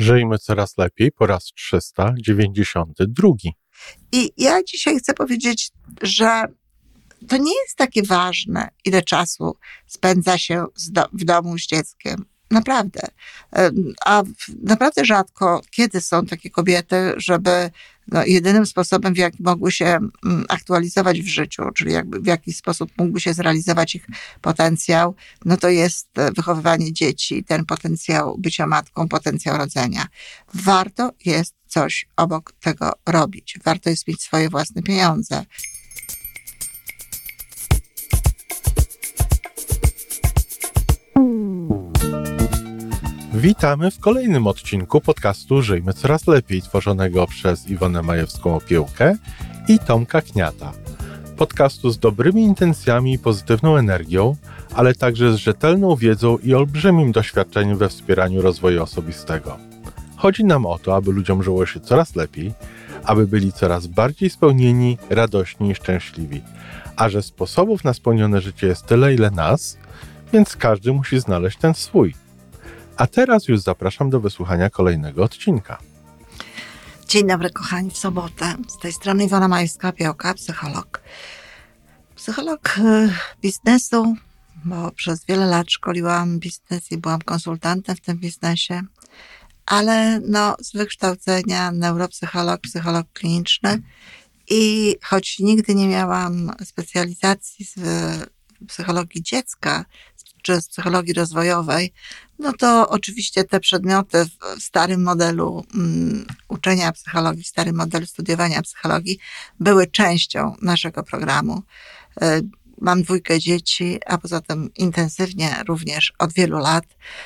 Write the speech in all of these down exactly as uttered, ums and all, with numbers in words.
Żyjmy coraz lepiej po raz trzysta dziewięćdziesiąty drugi. I ja dzisiaj chcę powiedzieć, że to nie jest takie ważne, ile czasu spędza się do, w domu z dzieckiem. Naprawdę. A naprawdę rzadko kiedy są takie kobiety, żeby no, jedynym sposobem, w jaki mogły się aktualizować w życiu, czyli jakby w jaki sposób mógłby się zrealizować ich potencjał, no to jest wychowywanie dzieci, ten potencjał bycia matką, potencjał rodzenia. Warto jest coś obok tego robić. Warto jest mieć swoje własne pieniądze. Witamy w kolejnym odcinku podcastu Żyjmy Coraz Lepiej, tworzonego przez Iwonę Majewską-Opiełkę i Tomka Kniata. Podcastu z dobrymi intencjami i pozytywną energią, ale także z rzetelną wiedzą i olbrzymim doświadczeniem we wspieraniu rozwoju osobistego. Chodzi nam o to, aby ludziom żyło się coraz lepiej, aby byli coraz bardziej spełnieni, radośni i szczęśliwi. A że sposobów na spełnione życie jest tyle, ile nas, więc każdy musi znaleźć ten swój. A teraz już zapraszam do wysłuchania kolejnego odcinka. Dzień dobry, kochani, w sobotę. Z tej strony Iwona Majewska-Opiełka, psycholog. Psycholog biznesu, bo przez wiele lat szkoliłam biznes i byłam konsultantem w tym biznesie, ale no, z wykształcenia neuropsycholog, psycholog kliniczny i choć nigdy nie miałam specjalizacji z psychologii dziecka, czy z psychologii rozwojowej, no to oczywiście te przedmioty w starym modelu um, uczenia psychologii, w starym modelu studiowania psychologii były częścią naszego programu. Y, mam dwójkę dzieci, a poza tym intensywnie również od wielu lat.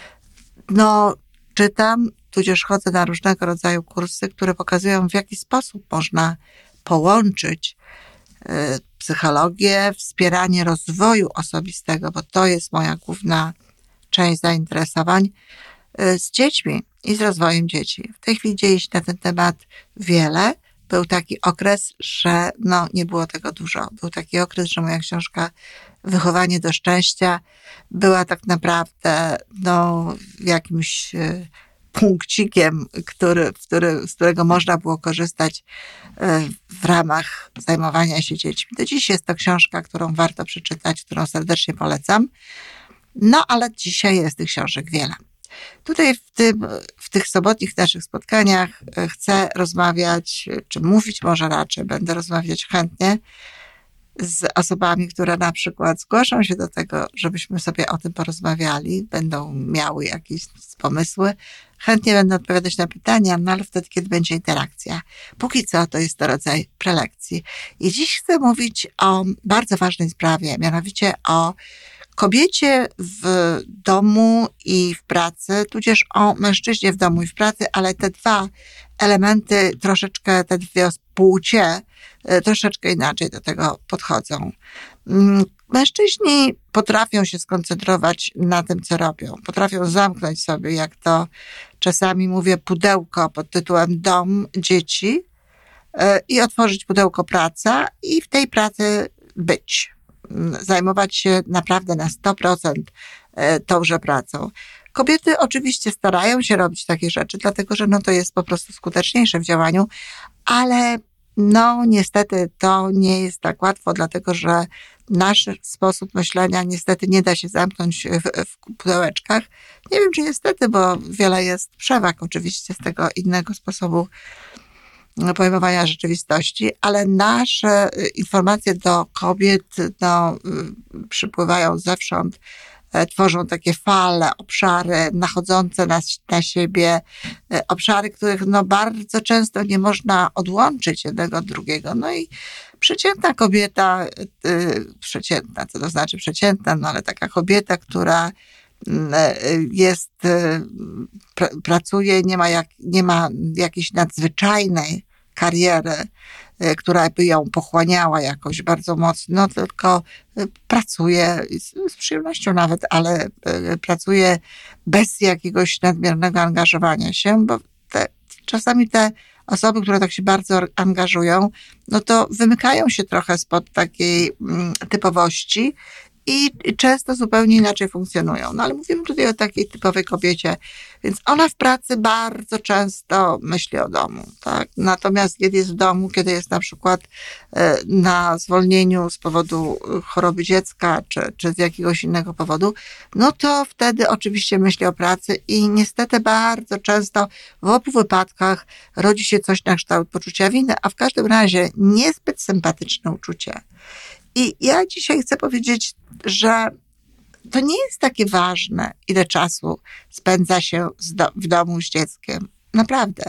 No, czytam, tudzież chodzę na różnego rodzaju kursy, które pokazują, w jaki sposób można połączyć psychologię, wspieranie rozwoju osobistego, bo to jest moja główna część zainteresowań, z dziećmi i z rozwojem dzieci. W tej chwili dzieje się na ten temat wiele. Był taki okres, że no, nie było tego dużo. Był taki okres, że moja książka Wychowanie do szczęścia była tak naprawdę no, jakimś punkcikiem, który, który, z którego można było korzystać w ramach zajmowania się dziećmi. Do dziś jest to książka, którą warto przeczytać, którą serdecznie polecam. No, ale dzisiaj jest tych książek wiele. Tutaj w, tym, w tych sobotnich naszych spotkaniach chcę rozmawiać, czy mówić może raczej, będę rozmawiać chętnie z osobami, które na przykład zgłaszą się do tego, żebyśmy sobie o tym porozmawiali, będą miały jakieś pomysły. Chętnie będę odpowiadać na pytania, no ale wtedy, kiedy będzie interakcja. Póki co to jest to rodzaj prelekcji. I dziś chcę mówić o bardzo ważnej sprawie, mianowicie o kobiecie w domu i w pracy, tudzież o mężczyźnie w domu i w pracy, ale te dwa elementy troszeczkę, te dwie płcie troszeczkę inaczej do tego podchodzą. Mężczyźni potrafią się skoncentrować na tym, co robią. Potrafią zamknąć sobie, jak to czasami mówię, pudełko pod tytułem dom, dzieci i otworzyć pudełko praca i w tej pracy być. Zajmować się naprawdę na sto procent tąże pracą. Kobiety oczywiście starają się robić takie rzeczy, dlatego że no to jest po prostu skuteczniejsze w działaniu, ale no niestety to nie jest tak łatwo, dlatego że nasz sposób myślenia niestety nie da się zamknąć w, w pudełeczkach. Nie wiem, czy niestety, bo wiele jest przewag oczywiście z tego innego sposobu pojmowania rzeczywistości, ale nasze informacje do kobiet no, przypływają zewsząd, tworzą takie fale, obszary nachodzące na, na siebie, obszary, których no bardzo często nie można odłączyć jednego od drugiego. No i przeciętna kobieta, yy, przeciętna, co to znaczy przeciętna, no ale taka kobieta, która jest, pr- pracuje, nie ma, jak, nie ma jakiejś nadzwyczajnej kariery, która by ją pochłaniała jakoś bardzo mocno, tylko pracuje z, z przyjemnością nawet, ale pracuje bez jakiegoś nadmiernego angażowania się, bo te, czasami te osoby, które tak się bardzo angażują, no to wymykają się trochę spod takiej typowości i często zupełnie inaczej funkcjonują. No ale mówimy tutaj o takiej typowej kobiecie, więc ona w pracy bardzo często myśli o domu, tak? Natomiast kiedy jest w domu, kiedy jest na przykład na zwolnieniu z powodu choroby dziecka, czy, czy z jakiegoś innego powodu, no to wtedy oczywiście myśli o pracy i niestety bardzo często w obu wypadkach rodzi się coś na kształt poczucia winy, a w każdym razie niezbyt sympatyczne uczucie. I ja dzisiaj chcę powiedzieć, że to nie jest takie ważne, ile czasu spędza się w domu z dzieckiem. Naprawdę.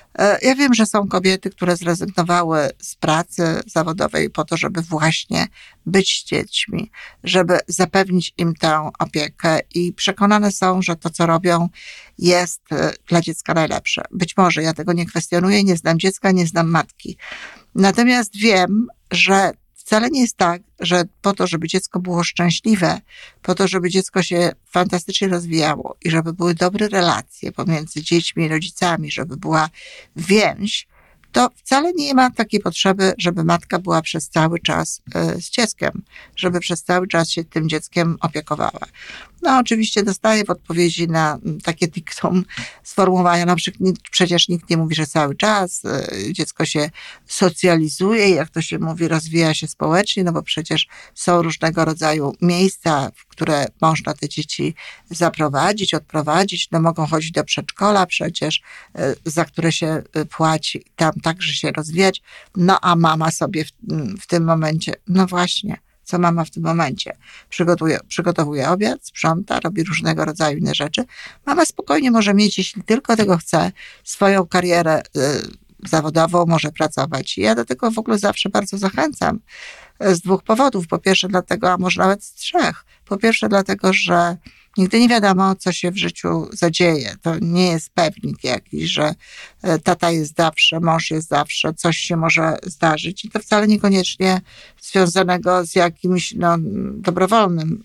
Ja wiem, że są kobiety, które zrezygnowały z pracy zawodowej po to, żeby właśnie być z dziećmi, żeby zapewnić im tę opiekę i przekonane są, że to, co robią, jest dla dziecka najlepsze. Być może, ja tego nie kwestionuję, nie znam dziecka, nie znam matki. Natomiast wiem, że wcale nie jest tak, że po to, żeby dziecko było szczęśliwe, po to, żeby dziecko się fantastycznie rozwijało i żeby były dobre relacje pomiędzy dziećmi i rodzicami, żeby była więź, to wcale nie ma takiej potrzeby, żeby matka była przez cały czas z dzieckiem, żeby przez cały czas się tym dzieckiem opiekowała. No oczywiście dostaję w odpowiedzi na takie diktum sformułowania, na przykład przecież nikt nie mówi, że cały czas dziecko się socjalizuje, jak to się mówi, rozwija się społecznie, no bo przecież są różnego rodzaju miejsca, w które można te dzieci zaprowadzić, odprowadzić, no mogą chodzić do przedszkola przecież, za które się płaci, tam także się rozwijać, no a mama sobie w, w tym momencie, no właśnie, co mama w tym momencie? Przygotuje, przygotowuje obiad, sprząta, robi różnego rodzaju inne rzeczy. Mama spokojnie może mieć, jeśli tylko tego chce, swoją karierę y, zawodową, może pracować. I ja do tego w ogóle zawsze bardzo zachęcam z dwóch powodów. Po pierwsze dlatego, a może nawet z trzech. Po pierwsze dlatego, że nigdy nie wiadomo, co się w życiu zadzieje. To nie jest pewnik jakiś, że tata jest zawsze, mąż jest zawsze, coś się może zdarzyć. I to wcale niekoniecznie związanego z jakimś no, dobrowolnym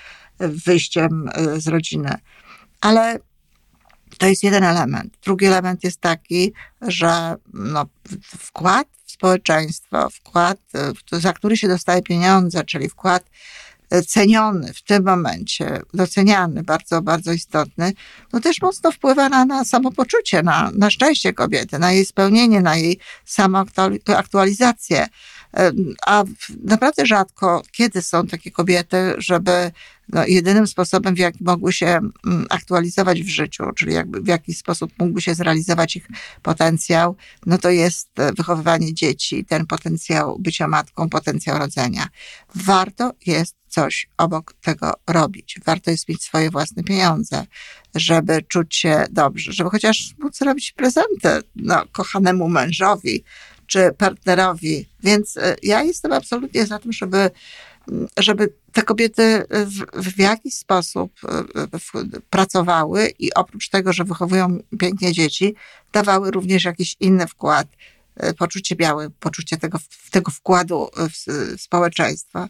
wyjściem z rodziny. Ale to jest jeden element. Drugi element jest taki, że no, wkład w społeczeństwo, wkład, za który się dostaje pieniądze, czyli wkład ceniony w tym momencie, doceniany, bardzo, bardzo istotny, no też mocno wpływa na, na samopoczucie, na, na szczęście kobiety, na jej spełnienie, na jej samoaktualizację. A naprawdę rzadko kiedy są takie kobiety, żeby no, jedynym sposobem, w jaki mogły się aktualizować w życiu, czyli jakby w jaki sposób mógłby się zrealizować ich potencjał, no to jest wychowywanie dzieci, ten potencjał bycia matką, potencjał rodzenia. Warto jest coś obok tego robić. Warto jest mieć swoje własne pieniądze, żeby czuć się dobrze, żeby chociaż móc robić prezenty no, kochanemu mężowi czy partnerowi. Więc ja jestem absolutnie za tym, żeby żeby te kobiety w, w jakiś sposób pracowały i oprócz tego, że wychowują pięknie dzieci, dawały również jakiś inny wkład, poczucie białe, poczucie tego, tego wkładu w, w społeczeństwo.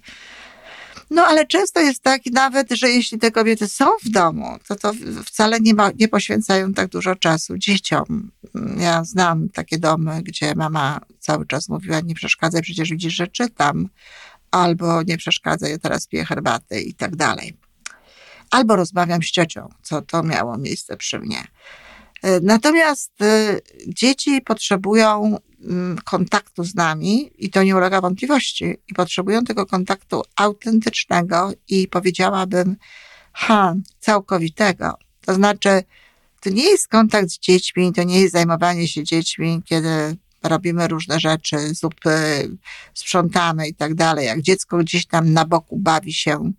No ale często jest tak nawet, że jeśli te kobiety są w domu, to to wcale nie, ma, nie poświęcają tak dużo czasu dzieciom. Ja znam takie domy, gdzie mama cały czas mówiła, nie przeszkadzaj, przecież widzisz, że czytam. Albo nie przeszkadzaj, ja teraz piję herbatę i tak dalej. Albo rozmawiam z ciocią, co to miało miejsce przy mnie. Natomiast dzieci potrzebują kontaktu z nami i to nie ulega wątpliwości. I potrzebują tego kontaktu autentycznego i powiedziałabym, ha, całkowitego. To znaczy, to nie jest kontakt z dziećmi, to nie jest zajmowanie się dziećmi, kiedy robimy różne rzeczy, zupy, sprzątamy i tak dalej. Jak dziecko gdzieś tam na boku bawi się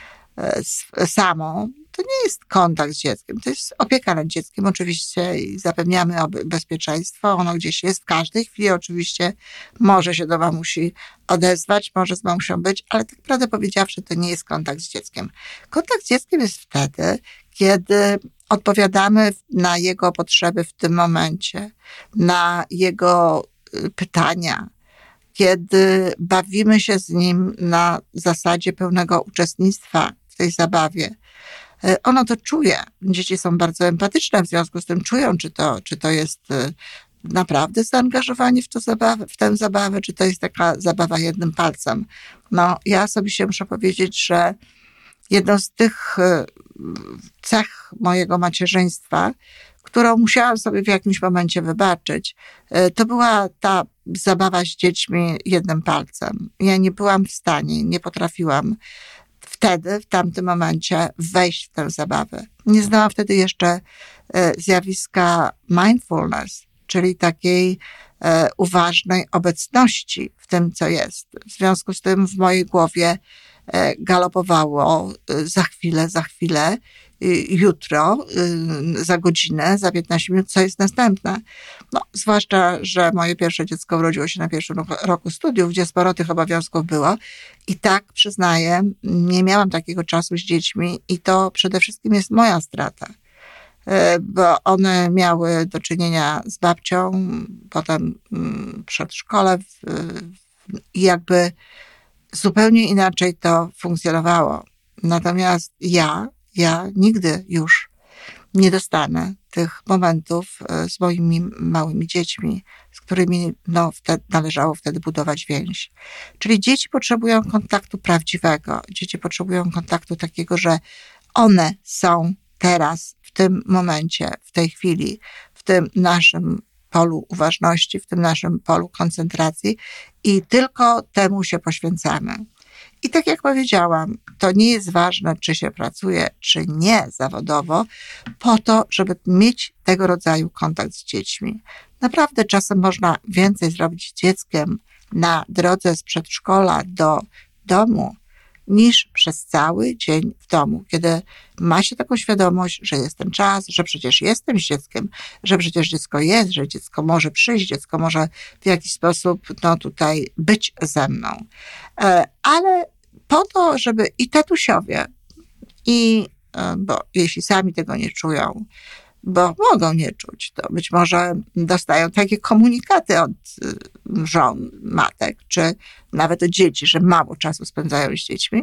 samo, to nie jest kontakt z dzieckiem, to jest opieka nad dzieckiem oczywiście i zapewniamy bezpieczeństwo. Ono gdzieś jest w każdej chwili oczywiście, może się do mamusi odezwać, może z mamusią być, ale tak prawdę powiedziawszy, to nie jest kontakt z dzieckiem. Kontakt z dzieckiem jest wtedy, kiedy odpowiadamy na jego potrzeby w tym momencie, na jego pytania, kiedy bawimy się z nim na zasadzie pełnego uczestnictwa w tej zabawie. Ono to czuje. Dzieci są bardzo empatyczne, w związku z tym czują, czy to, czy to jest naprawdę zaangażowanie w, to zabawę, w tę zabawę, czy to jest taka zabawa jednym palcem. No, ja osobiście muszę powiedzieć, że jedną z tych cech mojego macierzyństwa, którą musiałam sobie w jakimś momencie wybaczyć, to była ta zabawa z dziećmi jednym palcem. Ja nie byłam w stanie, nie potrafiłam wtedy, w tamtym momencie wejść w tę zabawę. Nie znałam wtedy jeszcze zjawiska mindfulness, czyli takiej uważnej obecności w tym, co jest. W związku z tym w mojej głowie galopowało za chwilę, za chwilę, jutro, za godzinę, za piętnaście minut, co jest następne. No, zwłaszcza, że moje pierwsze dziecko urodziło się na pierwszym roku studiów, gdzie sporo tych obowiązków było. I tak, przyznaję, nie miałam takiego czasu z dziećmi i to przede wszystkim jest moja strata. Bo one miały do czynienia z babcią, potem przedszkole i jakby zupełnie inaczej to funkcjonowało. Natomiast ja, ja nigdy już nie dostanę tych momentów z moimi małymi dziećmi, z którymi no, wtedy, należało wtedy budować więź. Czyli dzieci potrzebują kontaktu prawdziwego. Dzieci potrzebują kontaktu takiego, że one są teraz, w tym momencie, w tej chwili, w tym naszym polu uważności, w tym naszym polu koncentracji i tylko temu się poświęcamy. I tak jak powiedziałam, to nie jest ważne, czy się pracuje, czy nie zawodowo, po to, żeby mieć tego rodzaju kontakt z dziećmi. Naprawdę czasem można więcej zrobić z dzieckiem na drodze z przedszkola do domu, niż przez cały dzień w domu, kiedy ma się taką świadomość, że jest ten czas, że przecież jestem z dzieckiem, że przecież dziecko jest, że dziecko może przyjść, dziecko może w jakiś sposób no, tutaj być ze mną. Ale po to, żeby i tatusiowie, i, bo jeśli sami tego nie czują, bo mogą nie czuć, to być może dostają takie komunikaty od żon, matek, czy nawet od dzieci, że mało czasu spędzają z dziećmi.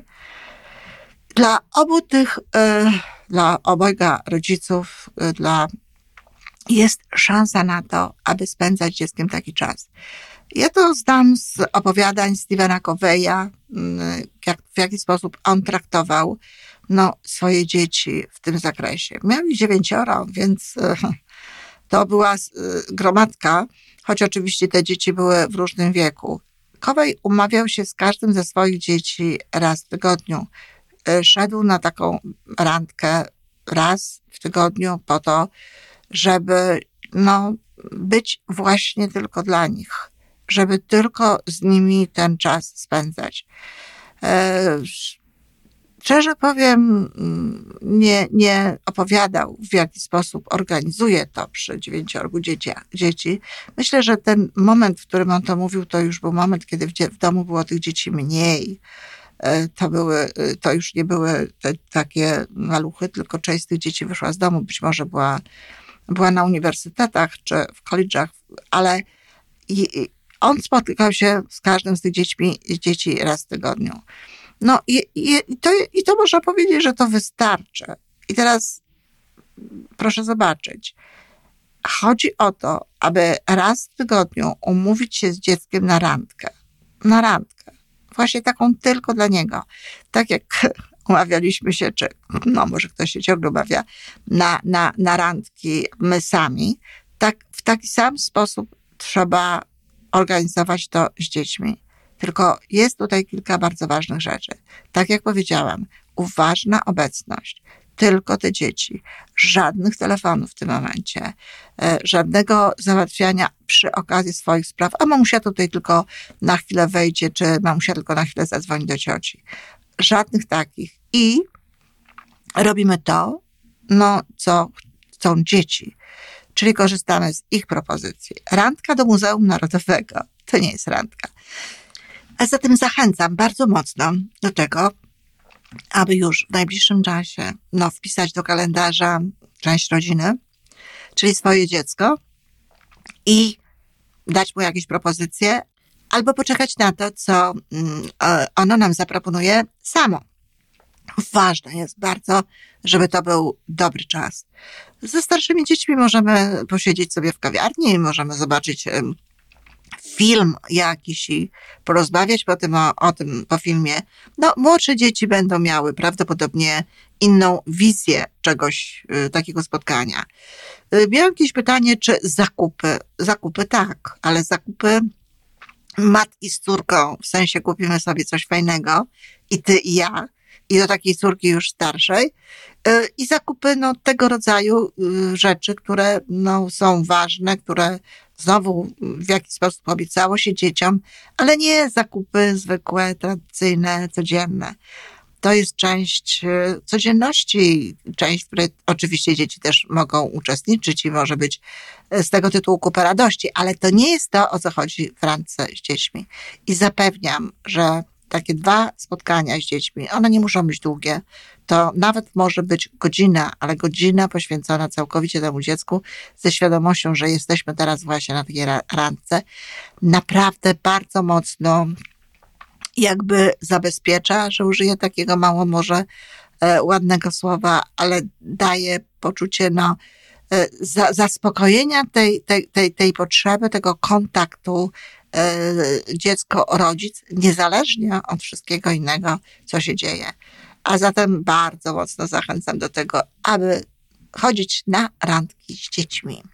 Dla obu tych, dla obojga rodziców, dla, jest szansa na to, aby spędzać z dzieckiem taki czas. Ja to znam z opowiadań Stephena Coveya, jak, w jaki sposób on traktował no, swoje dzieci w tym zakresie. Miał ich dziewięcioro, więc to była gromadka, choć oczywiście te dzieci były w różnym wieku. Covey umawiał się z każdym ze swoich dzieci raz w tygodniu. Szedł na taką randkę raz w tygodniu po to, żeby no, być właśnie tylko dla nich, żeby tylko z nimi ten czas spędzać. Szczerze powiem, nie, nie opowiadał, w jaki sposób organizuje to przy dziewięciorgu dzieci, dzieci. Myślę, że ten moment, w którym on to mówił, to już był moment, kiedy w, w domu było tych dzieci mniej. To, były, to już nie były te, takie maluchy, tylko część z tych dzieci wyszła z domu. Być może była, była na uniwersytetach czy w college'ach, ale i, on spotykał się z każdym z tych dziećmi, dzieci raz w tygodniu. No i, i, to, i to można powiedzieć, że to wystarczy. I teraz proszę zobaczyć. Chodzi o to, aby raz w tygodniu umówić się z dzieckiem na randkę. Na randkę. Właśnie taką tylko dla niego. Tak jak umawialiśmy się, czy no może ktoś się ciągle umawia, na, na, na randki my sami, tak w taki sam sposób trzeba organizować to z dziećmi. Tylko jest tutaj kilka bardzo ważnych rzeczy. Tak jak powiedziałam, uważna obecność. Tylko te dzieci. Żadnych telefonów w tym momencie. Żadnego załatwiania przy okazji swoich spraw. A mamusia tutaj tylko na chwilę wejdzie, czy mamusia tylko na chwilę zadzwoni do cioci. Żadnych takich. I robimy to, no, co chcą dzieci. Czyli korzystamy z ich propozycji. Randka do Muzeum Narodowego. To nie jest randka. A zatem zachęcam bardzo mocno do tego, aby już w najbliższym czasie no, wpisać do kalendarza część rodziny, czyli swoje dziecko i dać mu jakieś propozycje, albo poczekać na to, co ono nam zaproponuje samo. ważne jest bardzo, żeby to był dobry czas. Ze starszymi dziećmi możemy posiedzieć sobie w kawiarni, możemy zobaczyć film jakiś i porozmawiać po tym, o, o tym po filmie. No, młodsze dzieci będą miały prawdopodobnie inną wizję czegoś, y, takiego spotkania. Y, miałam jakieś pytanie, czy zakupy? Zakupy tak, ale zakupy matki z córką, w sensie kupimy sobie coś fajnego i ty i ja, i do takiej córki już starszej, y, i zakupy no, tego rodzaju y, rzeczy, które no, są ważne, które znowu w jakiś sposób obiecało się dzieciom, ale nie zakupy zwykłe, tradycyjne, codzienne. To jest część codzienności, część, w której oczywiście dzieci też mogą uczestniczyć i może być z tego tytułu kupa radości, ale to nie jest to, o co chodzi w randce z dziećmi. I zapewniam, że takie dwa spotkania z dziećmi, one nie muszą być długie. To nawet może być godzina, ale godzina poświęcona całkowicie temu dziecku ze świadomością, że jesteśmy teraz właśnie na takiej randce. Naprawdę bardzo mocno jakby zabezpiecza, że użyję takiego mało może e, ładnego słowa, ale daje poczucie no, e, za, zaspokojenia tej, tej, tej, tej potrzeby, tego kontaktu e, dziecko-rodzic, niezależnie od wszystkiego innego, co się dzieje. A zatem bardzo mocno zachęcam do tego, aby chodzić na randki z dziećmi.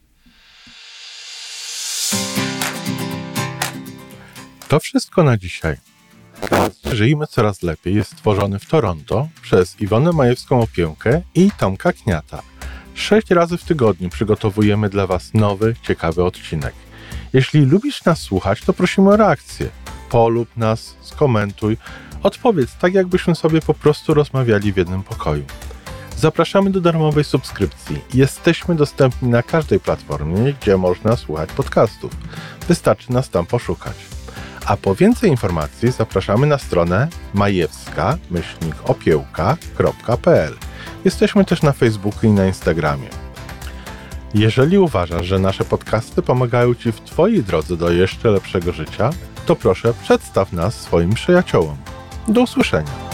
To wszystko na dzisiaj. Żyjmy coraz lepiej jest stworzony w Toronto przez Iwonę Majewską-Opiełkę i Tomka Kniata. Sześć razy w tygodniu przygotowujemy dla Was nowy, ciekawy odcinek. Jeśli lubisz nas słuchać, to prosimy o reakcję. Polub nas, skomentuj, odpowiedz tak, jakbyśmy sobie po prostu rozmawiali w jednym pokoju. Zapraszamy do darmowej subskrypcji. Jesteśmy dostępni na każdej platformie, gdzie można słuchać podcastów. Wystarczy nas tam poszukać. A po więcej informacji zapraszamy na stronę majewska myślnik opiełka kropka p l. Jesteśmy też na Facebooku i na Instagramie. Jeżeli uważasz, że nasze podcasty pomagają Ci w Twojej drodze do jeszcze lepszego życia, to proszę przedstaw nas swoim przyjaciołom. Do usłyszenia.